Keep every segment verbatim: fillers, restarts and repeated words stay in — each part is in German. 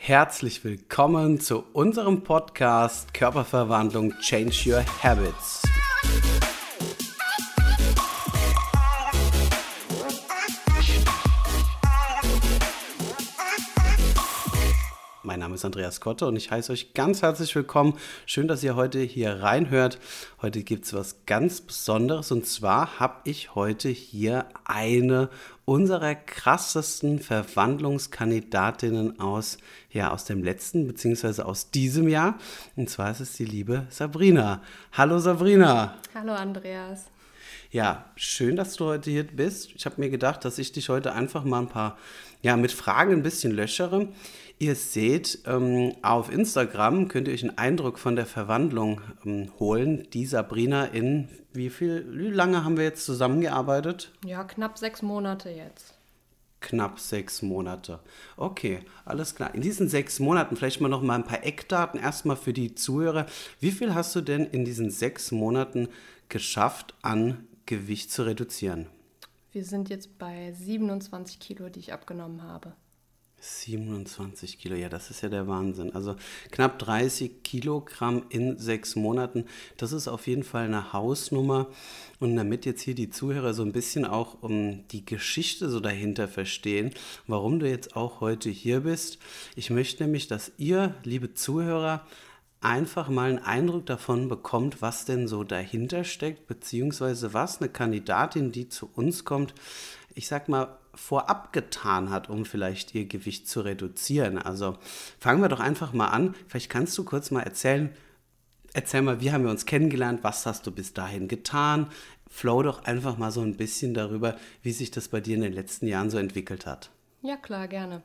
Herzlich willkommen zu unserem Podcast Körperverwandlung Change Your Habits. Mein Name ist Andreas Kotte und ich heiße euch ganz herzlich willkommen. Schön, dass ihr heute hier reinhört. Heute gibt es was ganz Besonderes und zwar habe ich heute hier eine unserer krassesten Verwandlungskandidatinnen aus, ja, aus dem letzten bzw. aus diesem Jahr. Und zwar ist es die liebe Sabrina. Hallo Sabrina. Hallo Andreas. Ja, schön, dass du heute hier bist. Ich habe mir gedacht, dass ich dich heute einfach mal ein paar, ja, mit Fragen ein bisschen löchere. Ihr seht, ähm, auf Instagram könnt ihr euch einen Eindruck von der Verwandlung ähm, holen, die Sabrina in, wie viel, wie lange haben wir jetzt zusammengearbeitet? Ja, knapp sechs Monate jetzt. Knapp sechs Monate. Okay, alles klar. In diesen sechs Monaten vielleicht mal noch mal ein paar Eckdaten erstmal für die Zuhörer. Wie viel hast du denn in diesen sechs Monaten geschafft, an Gewicht zu reduzieren? Wir sind jetzt bei siebenundzwanzig Kilo, die ich abgenommen habe. siebenundzwanzig Kilo, ja, das ist ja der Wahnsinn. Also knapp dreißig Kilogramm in sechs Monaten, das ist auf jeden Fall eine Hausnummer. Und damit jetzt hier die Zuhörer so ein bisschen auch um die Geschichte so dahinter verstehen, warum du jetzt auch heute hier bist. Ich möchte nämlich, dass ihr, liebe Zuhörer, einfach mal einen Eindruck davon bekommt, was denn so dahinter steckt, beziehungsweise was eine Kandidatin, die zu uns kommt, ich sag mal, vorab getan hat, um vielleicht ihr Gewicht zu reduzieren. Also fangen wir doch einfach mal an. Vielleicht kannst du kurz mal erzählen, erzähl mal, wie haben wir uns kennengelernt, was hast du bis dahin getan? Flow doch einfach mal so ein bisschen darüber, wie sich das bei dir in den letzten Jahren so entwickelt hat. Ja, klar, gerne.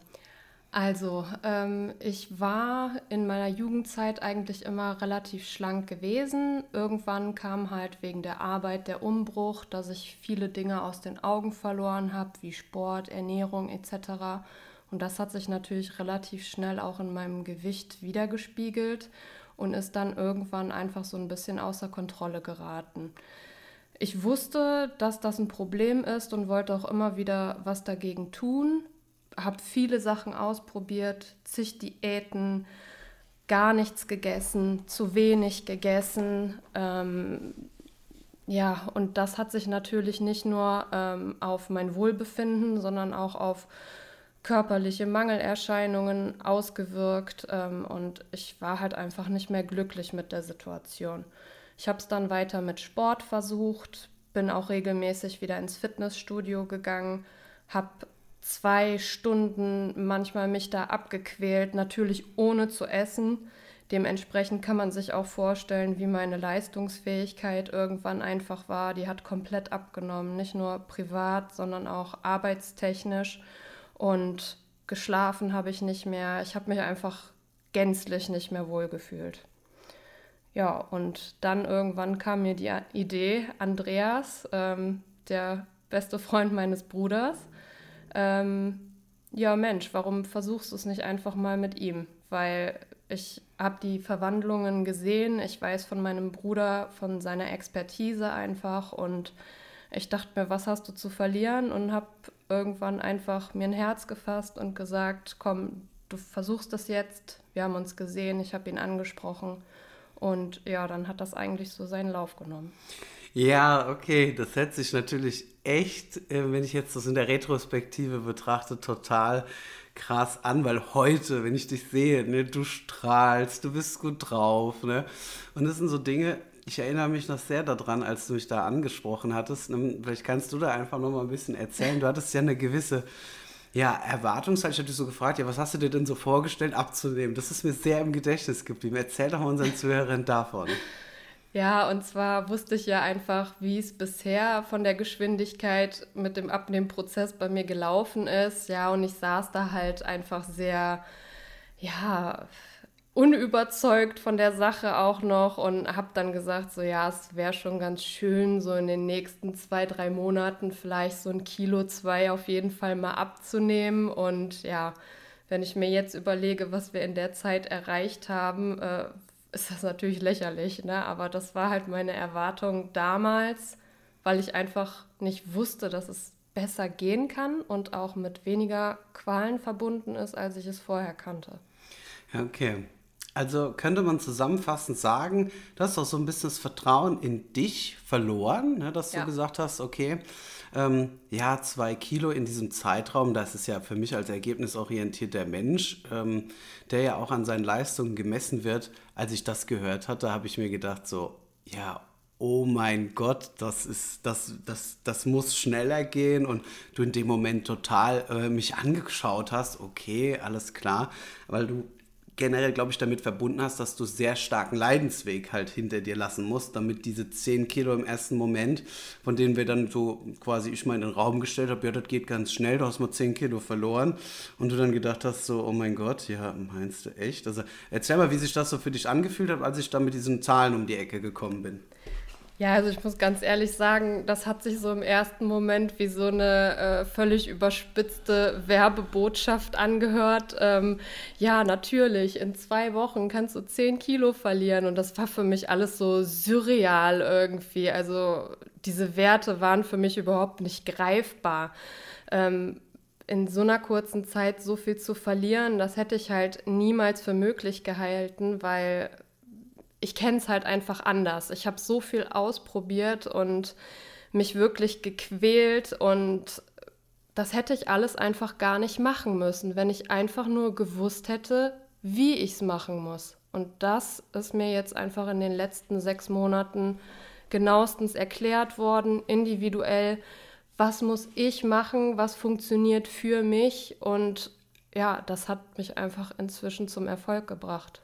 Also, ähm, ich war in meiner Jugendzeit eigentlich immer relativ schlank gewesen. Irgendwann kam halt wegen der Arbeit der Umbruch, dass ich viele Dinge aus den Augen verloren habe, wie Sport, Ernährung et cetera. Und das hat sich natürlich relativ schnell auch in meinem Gewicht wiedergespiegelt und ist dann irgendwann einfach so ein bisschen außer Kontrolle geraten. Ich wusste, dass das ein Problem ist und wollte auch immer wieder was dagegen tun. Habe viele Sachen ausprobiert, zig Diäten, gar nichts gegessen, zu wenig gegessen. Ähm, ja, und das hat sich natürlich nicht nur ähm, auf mein Wohlbefinden, sondern auch auf körperliche Mangelerscheinungen ausgewirkt. Ähm, und ich war halt einfach nicht mehr glücklich mit der Situation. Ich habe es dann weiter mit Sport versucht, bin auch regelmäßig wieder ins Fitnessstudio gegangen, habe zwei Stunden manchmal mich da abgequält, natürlich ohne zu essen. Dementsprechend kann man sich auch vorstellen, wie meine Leistungsfähigkeit irgendwann einfach war. Die hat komplett abgenommen, nicht nur privat, sondern auch arbeitstechnisch. Und geschlafen habe ich nicht mehr. Ich habe mich einfach gänzlich nicht mehr wohlgefühlt. Ja, und dann irgendwann kam mir die Idee, Andreas, ähm, der beste Freund meines Bruders, Ähm, ja Mensch, warum versuchst du es nicht einfach mal mit ihm? Weil ich habe die Verwandlungen gesehen, ich weiß von meinem Bruder, von seiner Expertise einfach und ich dachte mir, was hast du zu verlieren? Und habe irgendwann einfach mir ein Herz gefasst und gesagt, komm, du versuchst das jetzt. Wir haben uns gesehen, ich habe ihn angesprochen und ja, dann hat das eigentlich so seinen Lauf genommen. Ja, okay, das hört sich natürlich echt, äh, wenn ich jetzt das in der Retrospektive betrachte, total krass an, weil heute, wenn ich dich sehe, ne, du strahlst, du bist gut drauf, ne? Und das sind so Dinge, ich erinnere mich noch sehr daran, als du mich da angesprochen hattest. Ne? Vielleicht kannst du da einfach noch mal ein bisschen erzählen. Du hattest ja eine gewisse, ja, Erwartungshaltung. Ich hatte dich so gefragt, ja, was hast du dir denn so vorgestellt abzunehmen? Das ist mir sehr im Gedächtnis geblieben. Erzähl doch mal unseren Zuhörern davon. Ja, und zwar wusste ich ja einfach, wie es bisher von der Geschwindigkeit mit dem Abnehmprozess bei mir gelaufen ist. Ja, und ich saß da halt einfach sehr, ja, unüberzeugt von der Sache auch noch und habe dann gesagt, so ja, es wäre schon ganz schön, so in den nächsten zwei, drei Monaten vielleicht so ein Kilo, zwei auf jeden Fall mal abzunehmen. Und ja, wenn ich mir jetzt überlege, was wir in der Zeit erreicht haben, äh, ist das natürlich lächerlich, ne? Aber das war halt meine Erwartung damals, weil ich einfach nicht wusste, dass es besser gehen kann und auch mit weniger Qualen verbunden ist, als ich es vorher kannte. Ja, okay. Also könnte man zusammenfassend sagen, du hast auch so ein bisschen das Vertrauen in dich verloren, ne, dass du Ja. gesagt hast, okay, ähm, ja, zwei Kilo in diesem Zeitraum, das ist ja für mich als ergebnisorientierter Mensch, ähm, der ja auch an seinen Leistungen gemessen wird. Als ich das gehört hatte, habe ich mir gedacht, so, ja, oh mein Gott, das ist, das, das, das muss schneller gehen und du in dem Moment total äh, mich angeschaut hast, okay, alles klar, weil du generell, glaube ich, damit verbunden hast, dass du sehr starken Leidensweg halt hinter dir lassen musst, damit diese zehn Kilo im ersten Moment, von denen wir dann so quasi ich mal in den Raum gestellt habe, ja, das geht ganz schnell, du hast mal zehn Kilo verloren und du dann gedacht hast so, oh mein Gott, ja, meinst du echt? Also erzähl mal, wie sich das so für dich angefühlt hat, als ich da mit diesen Zahlen um die Ecke gekommen bin. Ja, also ich muss ganz ehrlich sagen, das hat sich so im ersten Moment wie so eine äh, völlig überspitzte Werbebotschaft angehört. Ähm, ja, natürlich, in zwei Wochen kannst du zehn Kilo verlieren und das war für mich alles so surreal irgendwie. Also diese Werte waren für mich überhaupt nicht greifbar. Ähm, in so einer kurzen Zeit so viel zu verlieren, das hätte ich halt niemals für möglich gehalten, weil ich kenne es halt einfach anders. Ich habe so viel ausprobiert und mich wirklich gequält und das hätte ich alles einfach gar nicht machen müssen, wenn ich einfach nur gewusst hätte, wie ich es machen muss. Und das ist mir jetzt einfach in den letzten sechs Monaten genauestens erklärt worden, individuell, was muss ich machen, was funktioniert für mich und ja, das hat mich einfach inzwischen zum Erfolg gebracht.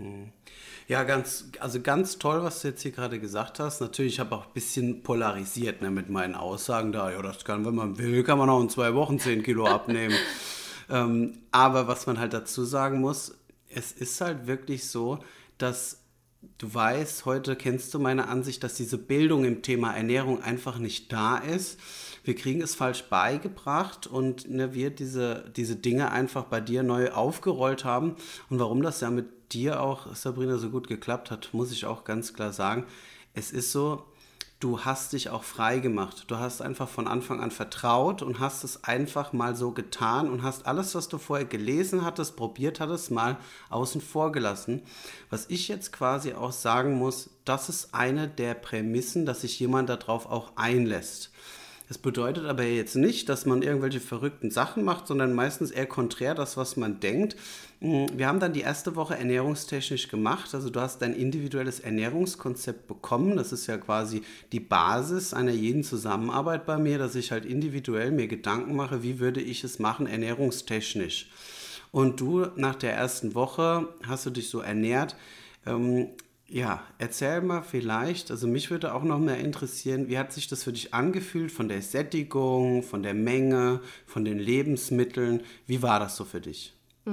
Ja, ganz, also ganz toll, was du jetzt hier gerade gesagt hast. Natürlich, ich habe auch ein bisschen polarisiert, ne, mit meinen Aussagen da. Ja, das kann, wenn man will, kann man auch in zwei Wochen zehn Kilo abnehmen. Ähm, aber was man halt dazu sagen muss, es ist halt wirklich so, dass du weißt, heute kennst du meine Ansicht, dass diese Bildung im Thema Ernährung einfach nicht da ist. Wir kriegen es falsch beigebracht und ne, wir diese, diese Dinge einfach bei dir neu aufgerollt haben. Und warum das ja mit dir auch, Sabrina, so gut geklappt hat, muss ich auch ganz klar sagen. Es ist so, du hast dich auch frei gemacht. Du hast einfach von Anfang an vertraut und hast es einfach mal so getan und hast alles, was du vorher gelesen hattest, probiert hattest, mal außen vor gelassen. Was ich jetzt quasi auch sagen muss, das ist eine der Prämissen, dass sich jemand darauf auch einlässt. Das bedeutet aber jetzt nicht, dass man irgendwelche verrückten Sachen macht, sondern meistens eher konträr das, was man denkt. Wir haben dann die erste Woche ernährungstechnisch gemacht. Also du hast dein individuelles Ernährungskonzept bekommen. Das ist ja quasi die Basis einer jeden Zusammenarbeit bei mir, dass ich halt individuell mir Gedanken mache, wie würde ich es machen ernährungstechnisch. Und du nach der ersten Woche hast du dich so ernährt. Ähm, ja, erzähl mal vielleicht, also mich würde auch noch mehr interessieren, wie hat sich das für dich angefühlt von der Sättigung, von der Menge, von den Lebensmitteln? Wie war das so für dich?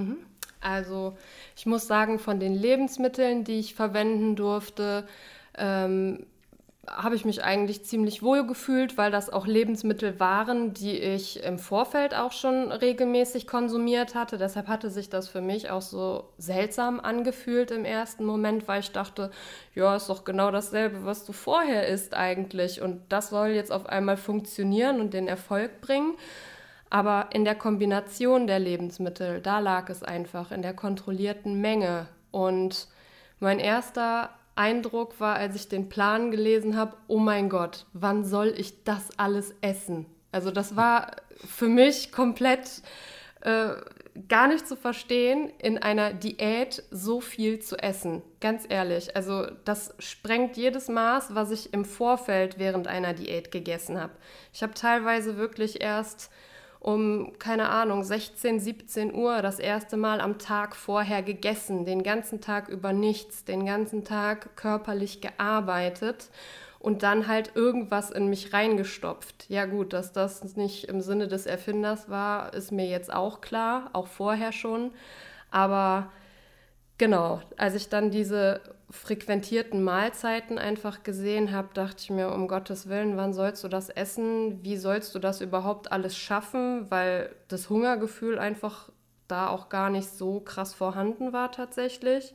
Also ich muss sagen, von den Lebensmitteln, die ich verwenden durfte, ähm, habe ich mich eigentlich ziemlich wohl gefühlt, weil das auch Lebensmittel waren, die ich im Vorfeld auch schon regelmäßig konsumiert hatte. Deshalb hatte sich das für mich auch so seltsam angefühlt im ersten Moment, weil ich dachte, ja, ist doch genau dasselbe, was du vorher isst eigentlich. Und das soll jetzt auf einmal funktionieren und den Erfolg bringen. Aber in der Kombination der Lebensmittel, da lag es einfach in der kontrollierten Menge. Und mein erster Eindruck war, als ich den Plan gelesen habe, oh mein Gott, wann soll ich das alles essen? Also das war für mich komplett äh, gar nicht zu verstehen, in einer Diät so viel zu essen. Ganz ehrlich, also das sprengt jedes Maß, was ich im Vorfeld während einer Diät gegessen habe. Ich habe teilweise wirklich erst um, keine Ahnung, sechzehn, siebzehn Uhr das erste Mal am Tag vorher gegessen, den ganzen Tag über nichts, den ganzen Tag körperlich gearbeitet und dann halt irgendwas in mich reingestopft. Ja gut, dass das nicht im Sinne des Erfinders war, ist mir jetzt auch klar, auch vorher schon, aber genau, als ich dann diese frequentierten Mahlzeiten einfach gesehen habe, dachte ich mir, um Gottes Willen, wann sollst du das essen? Wie sollst du das überhaupt alles schaffen? Weil das Hungergefühl einfach da auch gar nicht so krass vorhanden war tatsächlich.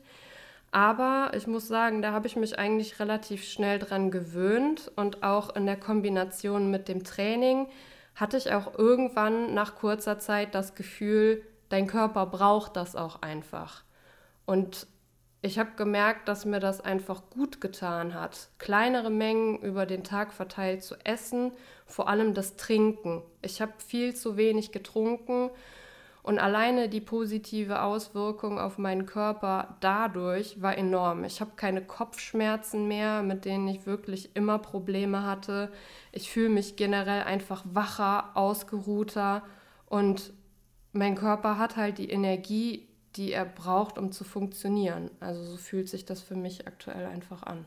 Aber ich muss sagen, da habe ich mich eigentlich relativ schnell dran gewöhnt und auch in der Kombination mit dem Training hatte ich auch irgendwann nach kurzer Zeit das Gefühl, dein Körper braucht das auch einfach. Und ich habe gemerkt, dass mir das einfach gut getan hat, kleinere Mengen über den Tag verteilt zu essen, vor allem das Trinken. Ich habe viel zu wenig getrunken und alleine die positive Auswirkung auf meinen Körper dadurch war enorm. Ich habe keine Kopfschmerzen mehr, mit denen ich wirklich immer Probleme hatte. Ich fühle mich generell einfach wacher, ausgeruhter und mein Körper hat halt die Energie, die er braucht, um zu funktionieren. Also so fühlt sich das für mich aktuell einfach an.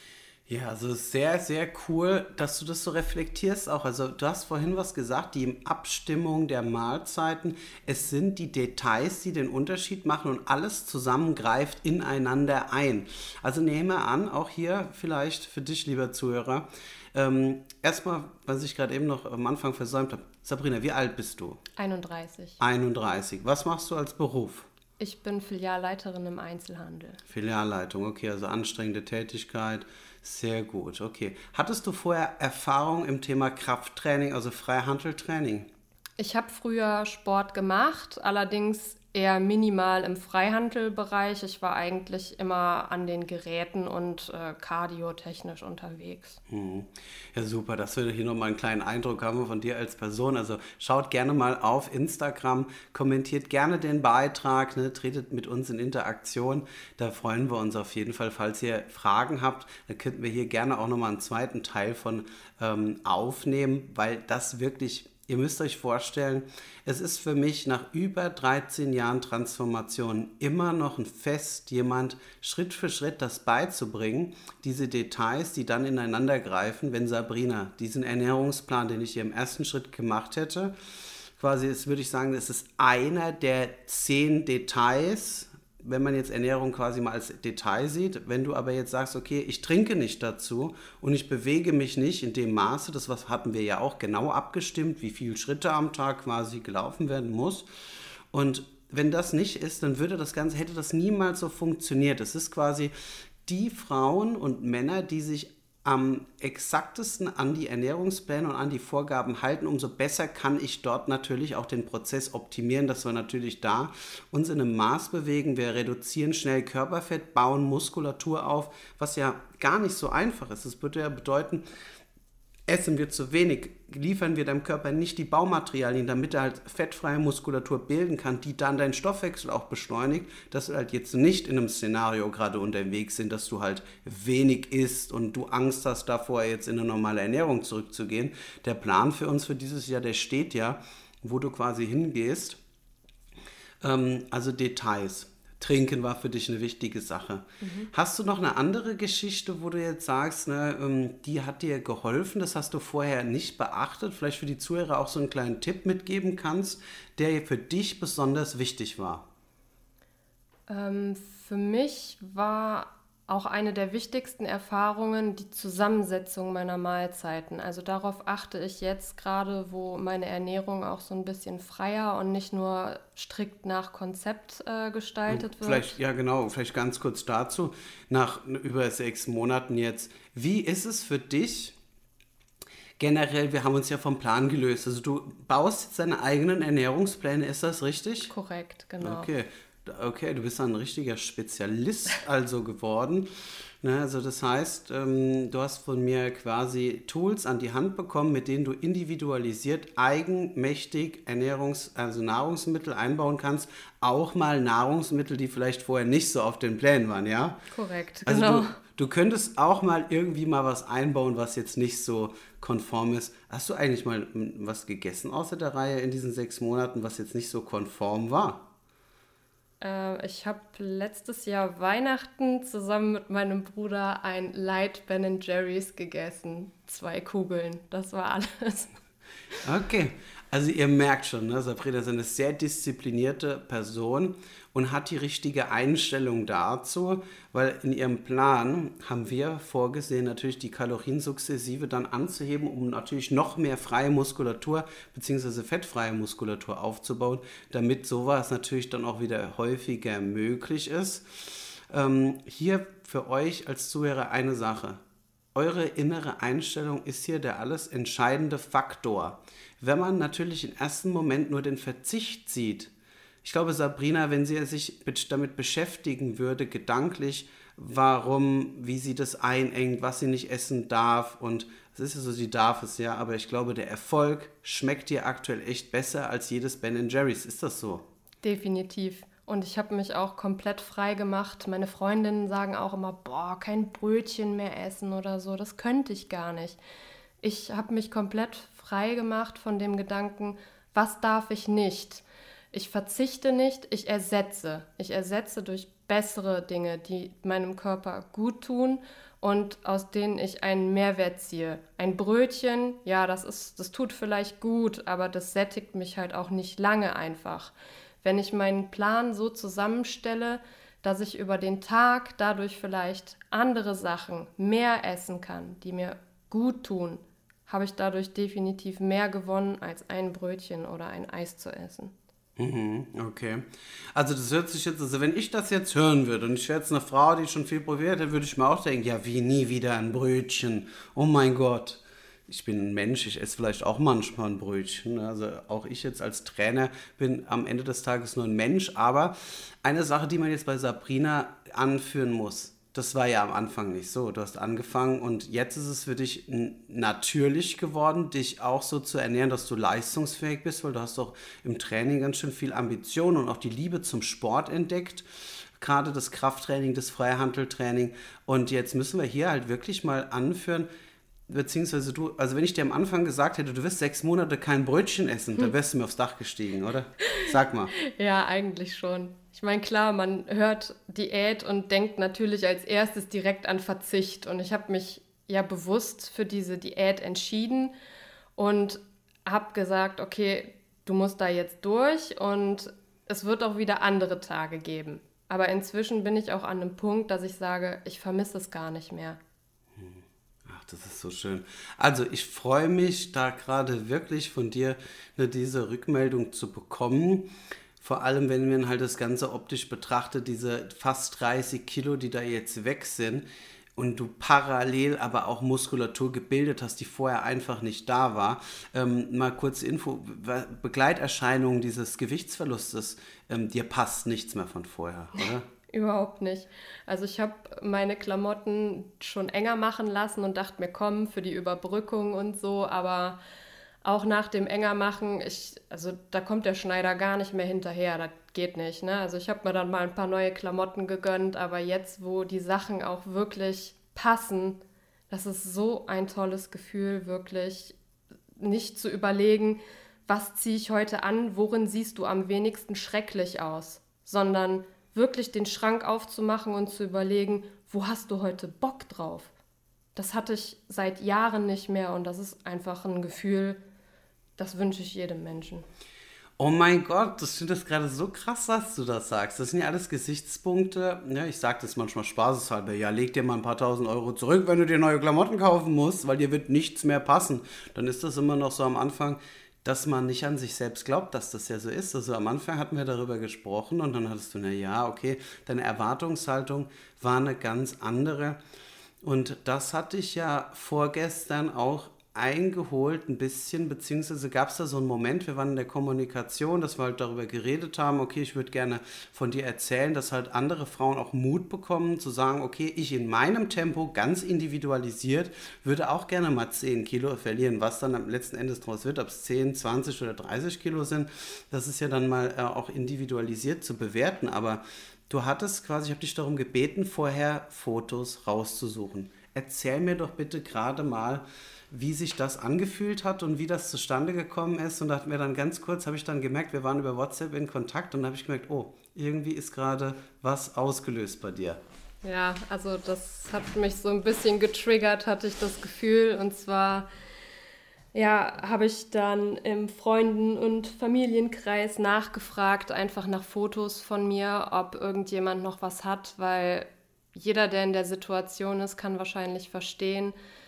Ja, also sehr, sehr cool, dass du das so reflektierst auch. Also du hast vorhin was gesagt, die Abstimmung der Mahlzeiten. Es sind die Details, die den Unterschied machen und alles zusammen greift ineinander ein. Also nehme an, auch hier vielleicht für dich, lieber Zuhörer, ähm, erstmal, was ich gerade eben noch am Anfang versäumt habe. Sabrina, wie alt bist du? einunddreißig. einunddreißig. Was machst du als Beruf? Ich bin Filialleiterin im Einzelhandel. Filialleitung, okay, also anstrengende Tätigkeit. Sehr gut, okay. Hattest du vorher Erfahrung im Thema Krafttraining, also Freihanteltraining? Ich habe früher Sport gemacht, allerdings eher minimal im Freihantelbereich. Ich war eigentlich immer an den Geräten und äh, cardiotechnisch unterwegs. Mhm. Ja, super, dass wir hier nochmal einen kleinen Eindruck haben von dir als Person. Also schaut gerne mal auf Instagram, kommentiert gerne den Beitrag, ne, tretet mit uns in Interaktion. Da freuen wir uns auf jeden Fall. Falls ihr Fragen habt, dann könnten wir hier gerne auch nochmal einen zweiten Teil von ähm, aufnehmen, weil das wirklich... Ihr müsst euch vorstellen, es ist für mich nach über dreizehn Jahren Transformation immer noch ein Fest, jemand Schritt für Schritt das beizubringen, diese Details, die dann ineinander greifen, wenn Sabrina diesen Ernährungsplan, den ich hier im ersten Schritt gemacht hätte, quasi ist, würde ich sagen, das ist einer der zehn Details, wenn man jetzt Ernährung quasi mal als Detail sieht, wenn du aber jetzt sagst, okay, ich trinke nicht dazu und ich bewege mich nicht in dem Maße, das was hatten wir ja auch genau abgestimmt, wie viele Schritte am Tag quasi gelaufen werden muss. Und wenn das nicht ist, dann würde das Ganze, hätte das niemals so funktioniert. Es ist quasi die Frauen und Männer, die sich am exaktesten an die Ernährungspläne und an die Vorgaben halten, umso besser kann ich dort natürlich auch den Prozess optimieren, dass wir natürlich da uns in einem Maß bewegen. Wir reduzieren schnell Körperfett, bauen Muskulatur auf, was ja gar nicht so einfach ist. Das würde ja bedeuten, essen wir zu wenig, liefern wir deinem Körper nicht die Baumaterialien, damit er halt fettfreie Muskulatur bilden kann, die dann deinen Stoffwechsel auch beschleunigt, dass wir halt jetzt nicht in einem Szenario gerade unterwegs sind, dass du halt wenig isst und du Angst hast davor, jetzt in eine normale Ernährung zurückzugehen. Der Plan für uns für dieses Jahr, der steht ja, wo du quasi hingehst. Ähm, also Details. Trinken war für dich eine wichtige Sache. Mhm. Hast du noch eine andere Geschichte, wo du jetzt sagst, ne, die hat dir geholfen, das hast du vorher nicht beachtet, vielleicht für die Zuhörer auch so einen kleinen Tipp mitgeben kannst, der für dich besonders wichtig war? Ähm, für mich war auch eine der wichtigsten Erfahrungen die Zusammensetzung meiner Mahlzeiten. Also darauf achte ich jetzt gerade, wo meine Ernährung auch so ein bisschen freier und nicht nur strikt nach Konzept äh, gestaltet wird. Vielleicht, ja genau, vielleicht ganz kurz dazu, nach über sechs Monaten jetzt, wie ist es für dich generell, wir haben uns ja vom Plan gelöst, also du baust jetzt deine eigenen Ernährungspläne, ist das richtig? Korrekt, genau. Okay. Okay, du bist ein richtiger Spezialist also geworden. Ne, also das heißt, ähm, du hast von mir quasi Tools an die Hand bekommen, mit denen du individualisiert, eigenmächtig Ernährungs-, also Nahrungsmittel einbauen kannst. Auch mal Nahrungsmittel, die vielleicht vorher nicht so auf den Plänen waren, ja? Korrekt, also genau. Du, du könntest auch mal irgendwie mal was einbauen, was jetzt nicht so konform ist. Hast du eigentlich mal was gegessen außer der Reihe in diesen sechs Monaten, was jetzt nicht so konform war? Ich habe letztes Jahr Weihnachten zusammen mit meinem Bruder ein Light Ben Jerry's gegessen. Zwei Kugeln, das war alles. Okay, also ihr merkt schon, ne, Sabrina ist eine sehr disziplinierte Person und hat die richtige Einstellung dazu, weil in ihrem Plan haben wir vorgesehen, natürlich die Kalorien sukzessive dann anzuheben, um natürlich noch mehr freie Muskulatur bzw. fettfreie Muskulatur aufzubauen, damit sowas natürlich dann auch wieder häufiger möglich ist. Ähm, hier für euch als Zuhörer eine Sache. Eure innere Einstellung ist hier der alles entscheidende Faktor. Wenn man natürlich im ersten Moment nur den Verzicht sieht, Ich glaube, Sabrina, wenn sie sich damit beschäftigen würde, gedanklich, warum, wie sie das einengt, was sie nicht essen darf und es ist ja so, sie darf es ja, aber ich glaube, der Erfolg schmeckt ihr aktuell echt besser als jedes Ben and Jerry's. Ist das so? Definitiv. Und ich habe mich auch komplett frei gemacht. Meine Freundinnen sagen auch immer, boah, kein Brötchen mehr essen oder so. Das könnte ich gar nicht. Ich habe mich komplett frei gemacht von dem Gedanken, was darf ich nicht? Ich verzichte nicht, ich ersetze. Ich ersetze durch bessere Dinge, die meinem Körper gut tun und aus denen ich einen Mehrwert ziehe. Ein Brötchen, ja, das ist, das tut vielleicht gut, aber das sättigt mich halt auch nicht lange einfach. Wenn ich meinen Plan so zusammenstelle, dass ich über den Tag dadurch vielleicht andere Sachen mehr essen kann, die mir gut tun, habe ich dadurch definitiv mehr gewonnen, als ein Brötchen oder ein Eis zu essen. Mhm, okay. Also das hört sich jetzt, also wenn ich das jetzt hören würde und ich wäre jetzt eine Frau, die schon viel probiert hat, würde ich mir auch denken, ja, wie nie wieder ein Brötchen. Oh mein Gott. Ich bin ein Mensch, ich esse vielleicht auch manchmal ein Brötchen. Also auch ich jetzt als Trainer bin am Ende des Tages nur ein Mensch. Aber eine Sache, die man jetzt bei Sabrina anführen muss, das war ja am Anfang nicht so. Du hast angefangen und jetzt ist es für dich n- natürlich geworden, dich auch so zu ernähren, dass du leistungsfähig bist, weil du hast auch im Training ganz schön viel Ambition und auch die Liebe zum Sport entdeckt. Gerade das Krafttraining, das Freihandeltraining. Und jetzt müssen wir hier halt wirklich mal anführen, beziehungsweise du, also wenn ich dir am Anfang gesagt hätte, du wirst sechs Monate kein Brötchen essen, dann wärst du mir aufs Dach gestiegen, oder? Sag mal. Ja, eigentlich schon. Ich meine, klar, man hört Diät und denkt natürlich als erstes direkt an Verzicht. Und ich habe mich ja bewusst für diese Diät entschieden und habe gesagt, okay, du musst da jetzt durch und es wird auch wieder andere Tage geben. Aber inzwischen bin ich auch an einem Punkt, dass ich sage, ich vermisse es gar nicht mehr. Ach, das ist so schön. Also ich freue mich da gerade wirklich von dir ne, diese Rückmeldung zu bekommen. Vor allem, wenn man halt das Ganze optisch betrachtet, diese fast dreißig Kilo, die da jetzt weg sind und du parallel aber auch Muskulatur gebildet hast, die vorher einfach nicht da war. Ähm, mal kurz Info, Begleiterscheinungen dieses Gewichtsverlustes, ähm, dir passt nichts mehr von vorher, oder? Überhaupt nicht. Also ich habe meine Klamotten schon enger machen lassen und dachte mir, komm, für die Überbrückung und so, aber auch nach dem enger machen, ich, also da kommt der Schneider gar nicht mehr hinterher, das geht nicht, ne? Also ich habe mir dann mal ein paar neue Klamotten gegönnt, aber jetzt, wo die Sachen auch wirklich passen, das ist so ein tolles Gefühl, wirklich nicht zu überlegen, was ziehe ich heute an, worin siehst du am wenigsten schrecklich aus, sondern wirklich den Schrank aufzumachen und zu überlegen, wo hast du heute Bock drauf? Das hatte ich seit Jahren nicht mehr und das ist einfach ein Gefühl, das wünsche ich jedem Menschen. Oh mein Gott, das finde ich gerade so krass, dass du das sagst. Das sind ja alles Gesichtspunkte. Ja, ich sage das manchmal spaßeshalber. Ja, leg dir mal ein paar tausend Euro zurück, wenn du dir neue Klamotten kaufen musst, weil dir wird nichts mehr passen. Dann ist das immer noch so am Anfang, dass man nicht an sich selbst glaubt, dass das ja so ist. Also am Anfang hatten wir darüber gesprochen und dann hattest du, na ja, okay, deine Erwartungshaltung war eine ganz andere. Und das hatte ich ja vorgestern auch eingeholt ein bisschen, beziehungsweise gab es da so einen Moment, wir waren in der Kommunikation, dass wir halt darüber geredet haben, okay, ich würde gerne von dir erzählen, dass halt andere Frauen auch Mut bekommen, zu sagen, okay, ich in meinem Tempo, ganz individualisiert, würde auch gerne mal zehn Kilo verlieren, was dann am letzten Endes draus wird, ob es zehn, zwanzig oder dreißig Kilo sind, das ist ja dann mal äh, auch individualisiert zu bewerten, aber du hattest quasi, ich habe dich darum gebeten, vorher Fotos rauszusuchen. Erzähl mir doch bitte gerade mal, wie sich das angefühlt hat und wie das zustande gekommen ist. Und da hatten wir dann ganz kurz, habe ich dann gemerkt, wir waren über WhatsApp in Kontakt und da habe ich gemerkt, oh, irgendwie ist gerade was ausgelöst bei dir. Ja, also das hat mich so ein bisschen getriggert, hatte ich das Gefühl. Und zwar, ja, habe ich dann im Freunden- und Familienkreis nachgefragt, einfach nach Fotos von mir, ob irgendjemand noch was hat, weil jeder, der in der Situation ist, kann wahrscheinlich verstehen,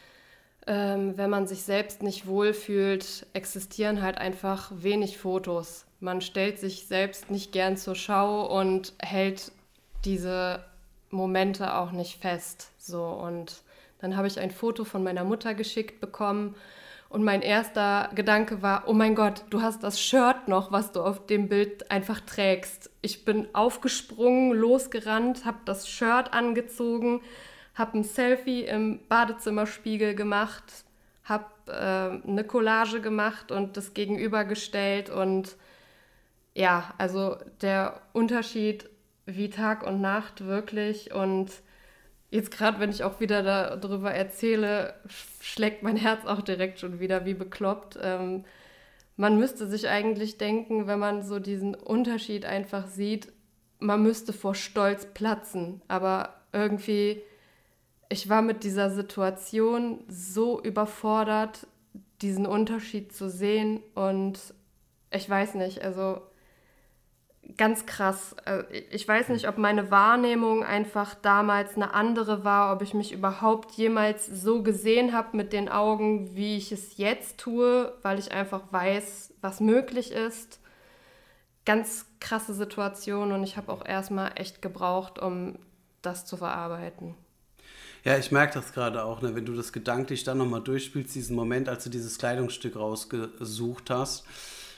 ähm, wenn man sich selbst nicht wohlfühlt, existieren halt einfach wenig Fotos. Man stellt sich selbst nicht gern zur Schau und hält diese Momente auch nicht fest. So, und dann habe ich ein Foto von meiner Mutter geschickt bekommen Und mein erster Gedanke war, oh mein Gott, du hast das Shirt noch, was du auf dem Bild einfach trägst. Ich bin aufgesprungen, losgerannt, habe das Shirt angezogen, habe ein Selfie im Badezimmerspiegel gemacht, habe äh, eine Collage gemacht und das gegenübergestellt. Und ja, also der Unterschied wie Tag und Nacht wirklich. Und jetzt gerade, wenn ich auch wieder darüber erzähle, schlägt mein Herz auch direkt schon wieder wie bekloppt. Ähm, man müsste sich eigentlich denken, wenn man so diesen Unterschied einfach sieht, man müsste vor Stolz platzen. Aber irgendwie, ich war mit dieser Situation so überfordert, diesen Unterschied zu sehen. Und ich weiß nicht, also ganz krass. Ich weiß nicht, ob meine Wahrnehmung einfach damals eine andere war, ob ich mich überhaupt jemals so gesehen habe mit den Augen, wie ich es jetzt tue, weil ich einfach weiß, was möglich ist. Ganz krasse Situation und ich habe auch erstmal echt gebraucht, um das zu verarbeiten. Ja, ich merke das gerade auch, ne, wenn du das gedanklich dann nochmal durchspielst, diesen Moment, als du dieses Kleidungsstück rausgesucht hast.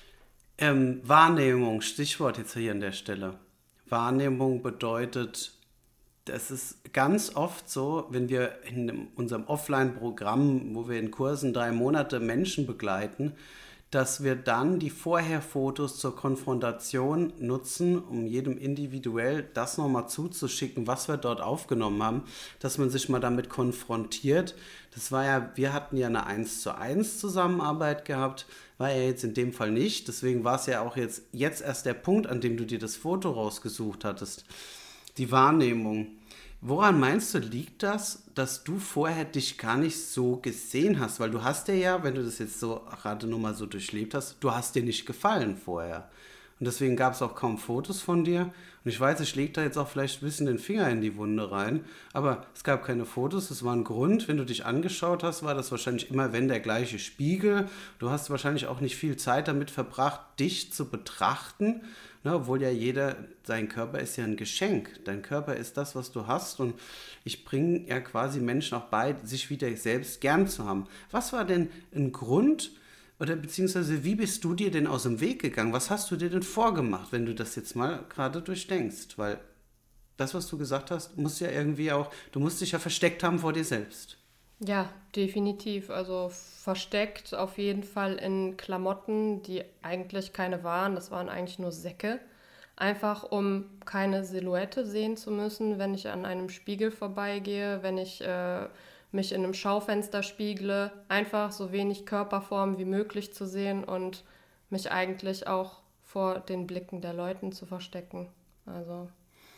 Ähm, Wahrnehmung, Stichwort jetzt hier an der Stelle. Wahrnehmung bedeutet, das ist ganz oft so, wenn wir in unserem Offline-Programm, wo wir in Kursen drei Monate Menschen begleiten, dass wir dann die Vorherfotos zur Konfrontation nutzen, um jedem individuell das nochmal zuzuschicken, was wir dort aufgenommen haben, dass man sich mal damit konfrontiert. Das war ja, wir hatten ja eine eins zu eins Zusammenarbeit gehabt, war ja jetzt in dem Fall nicht, deswegen war es ja auch jetzt, jetzt erst der Punkt, an dem du dir das Foto rausgesucht hattest, die Wahrnehmung. Woran meinst du, liegt das, dass du vorher dich gar nicht so gesehen hast? Weil du hast dir ja, wenn du das jetzt so gerade nur mal so durchlebt hast, du hast dir nicht gefallen vorher. Und deswegen gab es auch kaum Fotos von dir. Und ich weiß, ich lege da jetzt auch vielleicht ein bisschen den Finger in die Wunde rein. Aber es gab keine Fotos, es war ein Grund. Wenn du dich angeschaut hast, war das wahrscheinlich immer, wenn der gleiche Spiegel. Du hast wahrscheinlich auch nicht viel Zeit damit verbracht, dich zu betrachten. Ne, obwohl ja jeder, dein Körper ist ja ein Geschenk. Dein Körper ist das, was du hast. Und ich bringe ja quasi Menschen auch bei, sich wieder selbst gern zu haben. Was war denn ein Grund, oder beziehungsweise wie bist du dir denn aus dem Weg gegangen? Was hast du dir denn vorgemacht, wenn du das jetzt mal gerade durchdenkst? Weil das, was du gesagt hast, muss ja irgendwie auch, du musst dich ja versteckt haben vor dir selbst. Ja, definitiv. Also versteckt auf jeden Fall in Klamotten, die eigentlich keine waren. Das waren eigentlich nur Säcke. Einfach um keine Silhouette sehen zu müssen, wenn ich an einem Spiegel vorbeigehe, wenn ich äh, mich in einem Schaufenster spiegle. Einfach so wenig Körperform wie möglich zu sehen und mich eigentlich auch vor den Blicken der Leuten zu verstecken. Also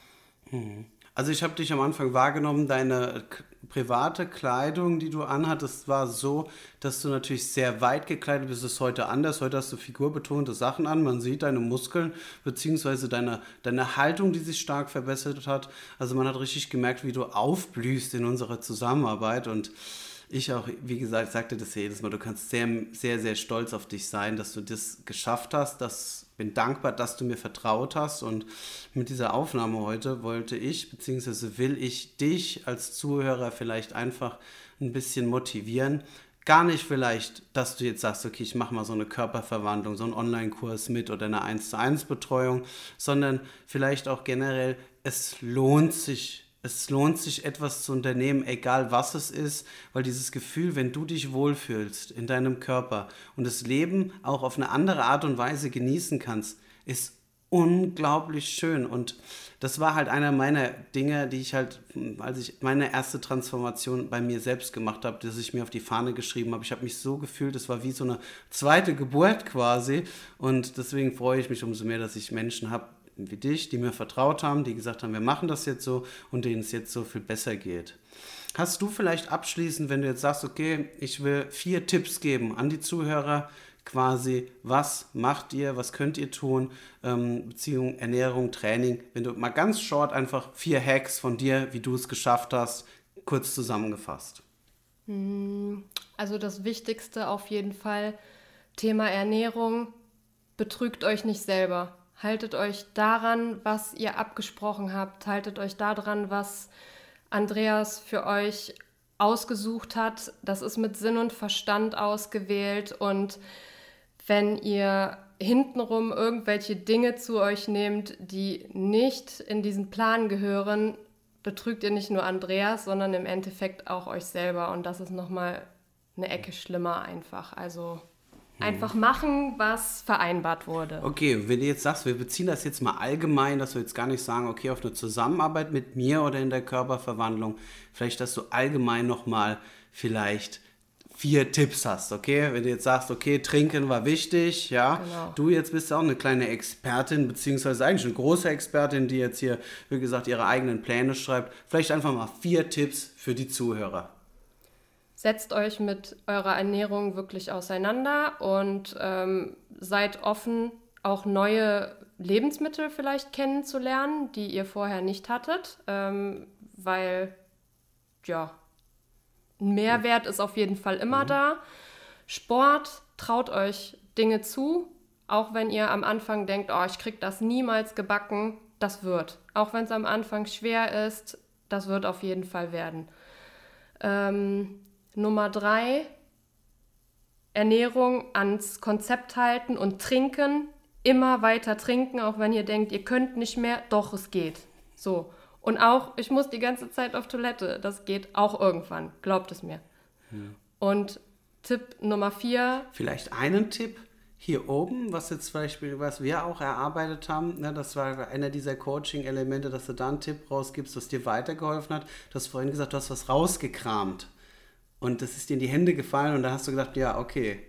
Also ich habe dich am Anfang wahrgenommen, deine k- private Kleidung, die du anhattest, war so, dass du natürlich sehr weit gekleidet bist. Das ist heute anders. Heute hast du figurbetonte Sachen an. Man sieht deine Muskeln beziehungsweise deine, deine Haltung, die sich stark verbessert hat. Also man hat richtig gemerkt, wie du aufblühst in unserer Zusammenarbeit. Und ich auch, wie gesagt, sagte das ja jedes Mal, du kannst sehr, sehr, sehr stolz auf dich sein, dass du das geschafft hast. Das bin dankbar, dass du mir vertraut hast. Und mit dieser Aufnahme heute wollte ich, beziehungsweise will ich dich als Zuhörer vielleicht einfach ein bisschen motivieren. Gar nicht vielleicht, dass du jetzt sagst, okay, ich mache mal so eine Körperverwandlung, so einen Online-Kurs mit oder eine eins zu eins Betreuung, sondern vielleicht auch generell, es lohnt sich, es lohnt sich etwas zu unternehmen, egal was es ist, weil dieses Gefühl, wenn du dich wohlfühlst in deinem Körper und das Leben auch auf eine andere Art und Weise genießen kannst, ist unglaublich schön. Und das war halt einer meiner Dinge, die ich halt, als ich meine erste Transformation bei mir selbst gemacht habe, dass ich mir auf die Fahne geschrieben habe. Ich habe mich so gefühlt, es war wie so eine zweite Geburt quasi. Und deswegen freue ich mich umso mehr, dass ich Menschen habe wie dich, die mir vertraut haben, die gesagt haben, wir machen das jetzt so und denen es jetzt so viel besser geht. Hast du vielleicht abschließend, wenn du jetzt sagst, okay, ich will vier Tipps geben an die Zuhörer, quasi, was macht ihr, was könnt ihr tun, ähm, Beziehung, Ernährung, Training, wenn du mal ganz short einfach vier Hacks von dir, wie du es geschafft hast, kurz zusammengefasst. Also das Wichtigste auf jeden Fall, Thema Ernährung, betrügt euch nicht selber. Haltet euch daran, was ihr abgesprochen habt. Haltet euch daran, was Andreas für euch ausgesucht hat, das ist mit Sinn und Verstand ausgewählt. Und wenn ihr hintenrum irgendwelche Dinge zu euch nehmt, die nicht in diesen Plan gehören, betrügt ihr nicht nur Andreas, sondern im Endeffekt auch euch selber. Und das ist nochmal eine Ecke schlimmer einfach. Also einfach machen, was vereinbart wurde. Okay, wenn du jetzt sagst, wir beziehen das jetzt mal allgemein, dass wir jetzt gar nicht sagen, okay, auf eine Zusammenarbeit mit mir oder in der Körperverwandlung, vielleicht, dass du allgemein nochmal vielleicht vier Tipps hast, okay? Wenn du jetzt sagst, okay, trinken war wichtig, ja. Genau. Du jetzt bist auch eine kleine Expertin, beziehungsweise eigentlich eine große Expertin, die jetzt hier, wie gesagt, ihre eigenen Pläne schreibt. Vielleicht einfach mal vier Tipps für die Zuhörer. Setzt euch mit eurer Ernährung wirklich auseinander und ähm, seid offen, auch neue Lebensmittel vielleicht kennenzulernen, die ihr vorher nicht hattet, ähm, weil, ja, ein Mehrwert ist auf jeden Fall immer mhm. da. Sport, traut euch Dinge zu, auch wenn ihr am Anfang denkt, oh, ich krieg das niemals gebacken, das wird. Auch wenn es am Anfang schwer ist, das wird auf jeden Fall werden. Ähm, Nummer drei, Ernährung ans Konzept halten und trinken. Immer weiter trinken, auch wenn ihr denkt, ihr könnt nicht mehr. Doch, es geht. So. Und auch, ich muss die ganze Zeit auf Toilette. Das geht auch irgendwann. Glaubt es mir. Hm. Und Tipp Nummer vier. Vielleicht einen Tipp hier oben, was jetzt zum Beispiel, was wir auch erarbeitet haben, ne, das war einer dieser Coaching-Elemente, dass du da einen Tipp rausgibst, was dir weitergeholfen hat. Du hast vorhin gesagt, du hast was rausgekramt. Und das ist dir in die Hände gefallen und da hast du gedacht, ja, okay,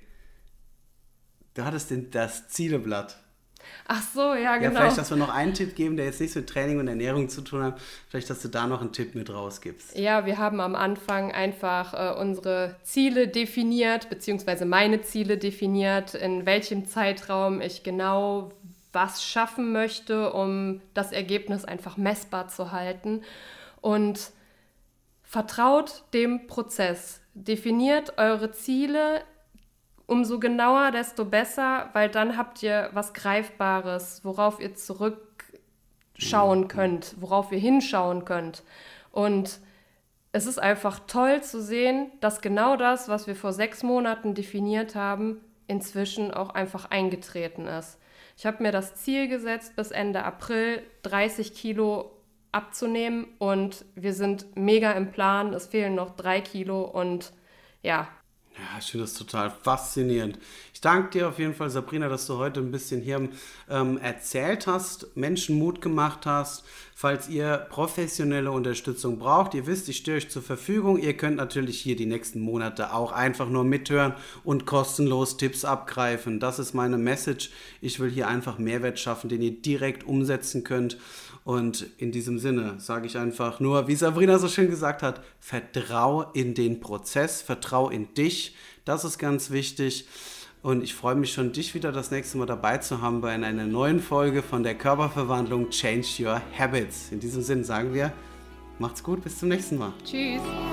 du hattest den, das Zieleblatt. Ach so, ja, genau. Ja, vielleicht, dass wir noch einen Tipp geben, der jetzt nichts mit Training und Ernährung zu tun hat. Vielleicht, dass du da noch einen Tipp mit rausgibst. Ja, wir haben am Anfang einfach äh, unsere Ziele definiert, beziehungsweise meine Ziele definiert, in welchem Zeitraum ich genau was schaffen möchte, um das Ergebnis einfach messbar zu halten. Und vertraut dem Prozess. Definiert eure Ziele, umso genauer, desto besser, weil dann habt ihr was Greifbares, worauf ihr zurückschauen könnt, worauf ihr hinschauen könnt. Und es ist einfach toll zu sehen, dass genau das, was wir vor sechs Monaten definiert haben, inzwischen auch einfach eingetreten ist. Ich habe mir das Ziel gesetzt, bis Ende April dreißig Kilo abzunehmen und wir sind mega im Plan, es fehlen noch drei Kilo und ja. Ja, ich finde das total faszinierend. Ich danke dir auf jeden Fall, Sabrina, dass du heute ein bisschen hier ähm, erzählt hast, Menschen Mut gemacht hast. Falls ihr professionelle Unterstützung braucht, ihr wisst, ich stehe euch zur Verfügung. Ihr könnt natürlich hier die nächsten Monate auch einfach nur mithören und kostenlos Tipps abgreifen. Das ist meine Message. Ich will hier einfach Mehrwert schaffen, den ihr direkt umsetzen könnt. Und in diesem Sinne sage ich einfach nur, wie Sabrina so schön gesagt hat, vertrau in den Prozess, vertrau in dich. Das ist ganz wichtig. Und ich freue mich schon, dich wieder das nächste Mal dabei zu haben bei einer neuen Folge von der Körperverwandlung Change Your Habits. In diesem Sinne sagen wir, macht's gut, bis zum nächsten Mal. Tschüss.